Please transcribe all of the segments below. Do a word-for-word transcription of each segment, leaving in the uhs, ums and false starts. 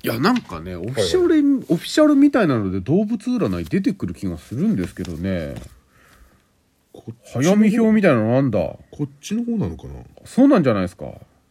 いやなんかねオフィシャル、はいはい、オフィシャルみたいなので動物占い出てくる気がするんですけどね。早見表みたいなのなんだ。こっちの方なのかな。 そうなんじゃないですか。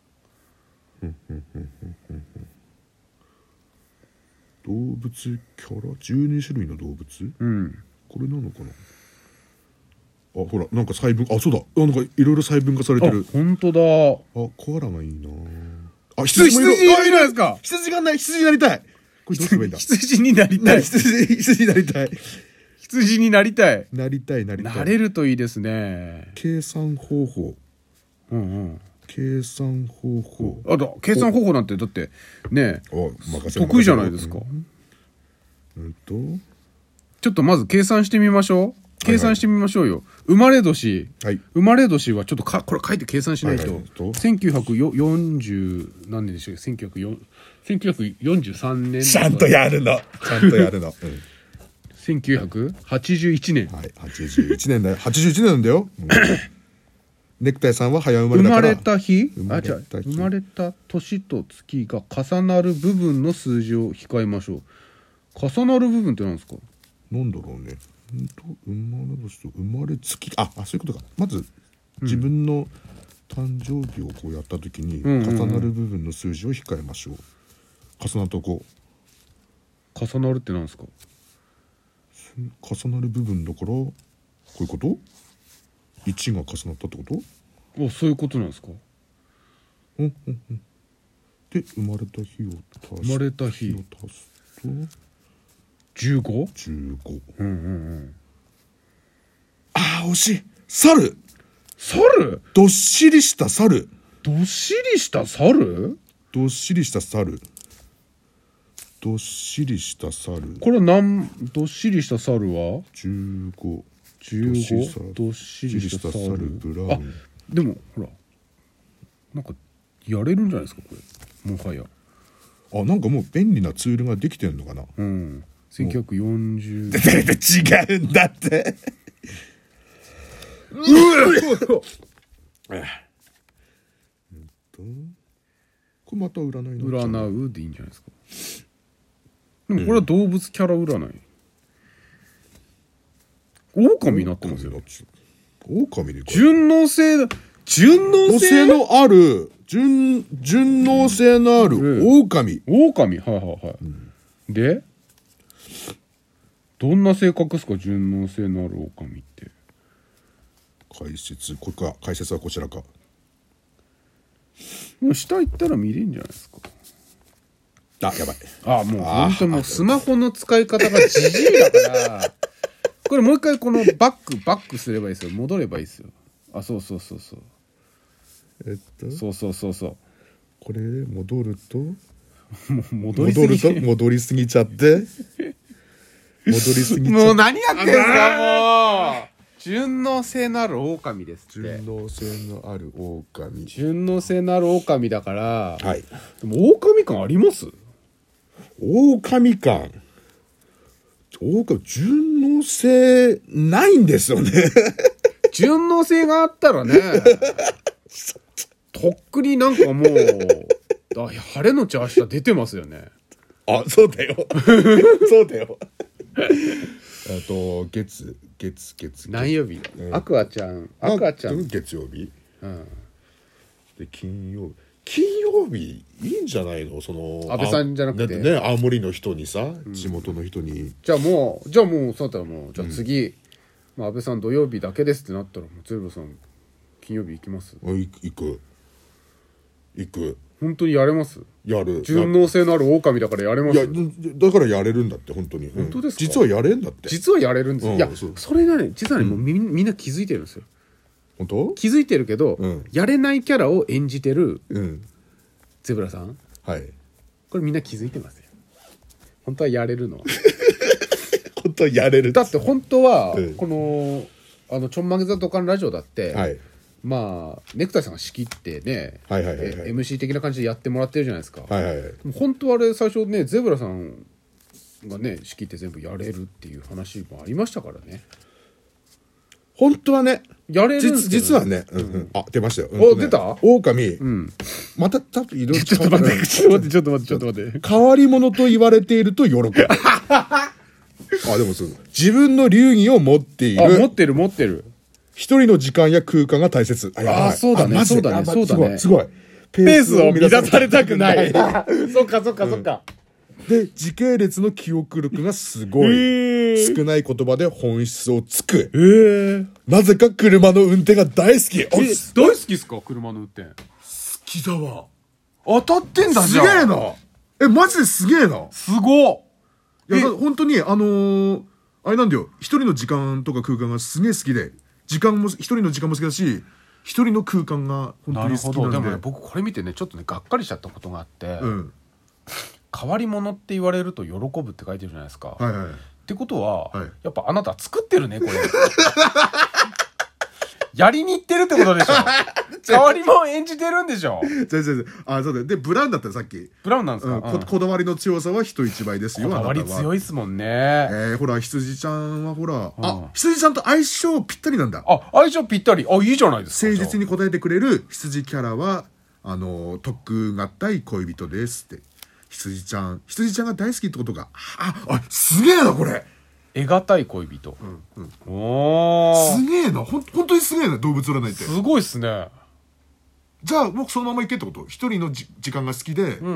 動物キャラじゅうに種類の動物、 うん、 これなのかな。あほらなんか細分あそうだあなんかいろいろ細分化されてる。 あ本当だ。 あコアラがいいなあ。 羊もいる。羊いるじゃないですか。 羊がない。羊になりたい。これどうすればいいんだ。 羊になりたい。 羊羊になりたい。 羊になりたい。 なりたいなりたい。 なれるといいですね。 計算方法。 うんうん。 計算方法。 あだ計算方法なんてだってね得意じゃないですか。 うんとちょっとまず計算してみましょう。計算してみましょうよ。はいはい、生まれ年、はい、生まれ年はちょっとかこれ書いて計算しないと。はいはい、せんきゅうひゃくよんじゅう何年でしょう。せんきゅうひゃくよんじゅうさんねん。 ちゃんとやるの。ちゃんとやるの。うん、 せんきゅうひゃくはちじゅういちねん。 はい、はちじゅういちねんだよ。はちじゅういちねんなんだよ。うん、ネクタイさんは早生まれだから。 生まれた日、生まれた日、あ、違う、生まれた年と月が重なる部分の数字を控えましょう。重なる部分って何ですか？ なんだろうね。んと生まれ年と生まれ月ああそういうことか。まず自分の誕生日をこうやった時に、うん、重なる部分の数字を控えましょう。重なるとこ。 重なるって何ですか？ 重なる部分だからこういうこと？いちが重なったってこと？ あ、そういうことなんですか？ うんうんうん。で生まれた日を足す。 生まれた日を足すとじゅうご？ じゅうご。 うんうんうん。 ああ惜しい。猿。 猿？ どっしりした猿。 どっしりした猿？ どっしりした猿。どっしりした猿。 これなんどっしりした猿はじゅうご。 じゅうご。どっしりした猿。 ブラウン。 あ、でもほらなんかやれるんじゃないですかこれ。もはや。 あ、なんかもう便利なツールができてんのかな。 うん。せんきゅうひゃくよんじゅう。 違うんだって。うわこれまた占いの占うでいいんじゃないですか。でもこれは動物キャラ占い。狼になってますよ。 狼で順応性順応性のある順順応性のある狼。 狼はいはいはい。うん、でどんな性格ですか順応性のある狼って。 解説これか解説はこちらか。 もう下行ったら見れるんじゃないですか。 あやばい。 あもう本当もうスマホの使い方がジジイだからこれもう一回このバックバックすればいいですよ。戻ればいいですよ。あそうそうそうそうえっとそうそうそうそうこれ戻るともう戻りすぎ戻ると戻りすぎちゃって戻りすぎちゃってもう何やってんすかもう順応性のある狼ですって。 順応性のある狼。 順応性のある狼だから。 はい。 でも狼感あります？ 狼感。狼順応性ないんですよね。 順応性があったらね。とっくになんかもうあ晴れのち明日出てますよね。 あそうだよ。そうだよ。えっと月月月何曜日、うん、アクアちゃんアクアちゃん月曜日、うん、で金曜日金曜日いいんじゃないのその安倍さんじゃなくてね青森の人にさ、うん、地元の人にじゃあもうじゃあもうそうだったらもうじゃあ次、うんまあ、安倍さん土曜日だけですってなったらもうゼルブさん金曜日行きます？ 行く行く本当にやれます？ やる順応性のある狼だからやれます？ いやだからやれるんだって本当に。 本当ですか？ 実はやれんだって。 実はやれるんですよ、うん、いや そ, それがね実はね、うん、もう み, みんな気づいてるんですよ。 本当？ 気づいてるけど、うん、やれないキャラを演じてる、 うん、 ゼブラさんはいこれみんな気づいてますよ。本当はやれるのは本当はやれるだって本当は、うん、このあのちょんまげ座とかのラジオだって、はいまあネクタイさんが仕切ってね、はいはいはいはい、エムシー 的な感じでやってもらってるじゃないですか、はいはいはい、本当はあれ最初ねゼブラさんがね仕切って全部やれるっていう話もありましたからね。 本当はね、 やれるんですけど、 実はね、うんうん、あ、出ましたよ。 うんとね、お、出た？ 狼、 うん、 また多分いろいろちょっと待って、ちょっと待って、ちょっと待って、ちょっと待って。 変わり者と言われていると喜ぶ。あ、でもそう。自分の流儀を持っている。 あ、持ってる、持ってる。 一人の時間や空間が大切。 ああ、そうだね、そうだね、そうだね。 すごい。 ペースを乱されたくない。そっか、そっか、そっか。 で、時系列の記憶力がすごい。少ない言葉で本質をつく。 えー、 なぜか車の運転が大好き。 え、大好きっすか？車の運転。好きだわ。 当たってんだじゃん。 すげえな。え、マジですげえな。 すごっ。 いや、本当に、あのー、あれなんだよ。一人の時間とか空間がすげえ好きで、時間も、一人の時間も好きだし、一人の空間が本当に好きなんで。なるほど。 でもね、僕これ見てね、ちょっとね、がっかりしちゃったことがあって、 うん、 変わり者って言われると喜ぶって書いてるじゃないですか。 はいはい。 ってことは、 はい、 やっぱあなた作ってるね、これ。やりに行ってるってことでしょ。変わり者演じてるんでしょ。 全然。あ、そうだよ。で、ブラウンだったらさっき。 ブラウンなんですか、うんこ、こだわりの強さは人一倍ですよ。 こだわり強いっすもんね。 えー、ほら、羊ちゃんはほら、うん、あ、羊ちゃんと相性ぴったりなんだ。 あ、相性ぴったり。あ、いいじゃないですか。 誠実に答えてくれる羊キャラは、あの、特合体恋人ですって。羊ちゃん。羊ちゃんが大好きってことが。あ、あ、すげえな、これ。 得難い恋人。 うんうん、 おー。 すげえな。ほん、本当にすげえな、動物占いって。 すごいっすね。 じゃあ、僕そのまま行けってこと？一人のじ時間が好きで、 うんうんうん、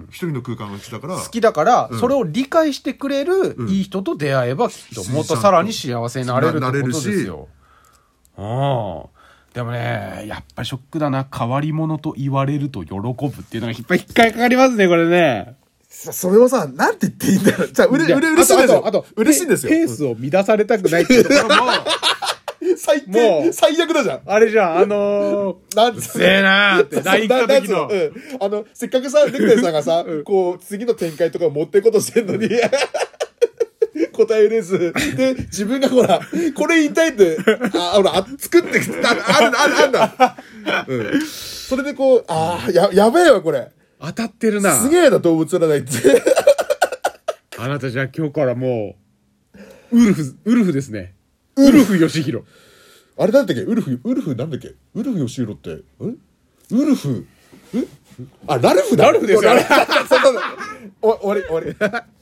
一人の空間が好きだから。 好きだから、うん、それを理解してくれる、うん、いい人と出会えば、きっともっとさらに幸せになれるってことですよ。ああ。でもね、やっぱりショックだな。変わり者と言われると喜ぶっていうのがいっぱい引っかかりますね、これね。 それをさ、なんて言っていいんだろう。じゃあ、うれ、うれ、嬉しいですよ。 あと、 嬉しいんですよ。 ペースを乱されたくないっていうところも、 最低、最悪だじゃん。 あれじゃん、あのー、なんつせえなーって、ライン 来た時の。 うん。あの、せっかくさ、ネクタイさんがさ、こう、次の展開とか持っていこうとしてんのに、答えれず。で、自分がほら、これ言いたいって、あ、ほら、作ってきた、ある、ある、あるんだ。うん。それでこう、ああ、や、やべえわ、これ。 当たってるな。 すげえな、動物占いって。 あなたじゃあ今日からもう、ウルフ、ウルフですね。ウルフ義弘。 あれなんだっけウルフ、ウルフなんだっけウルフ義弘って、えウルフ、えあ、ラルフだ。 ラルフですよ。 終わり、終わり。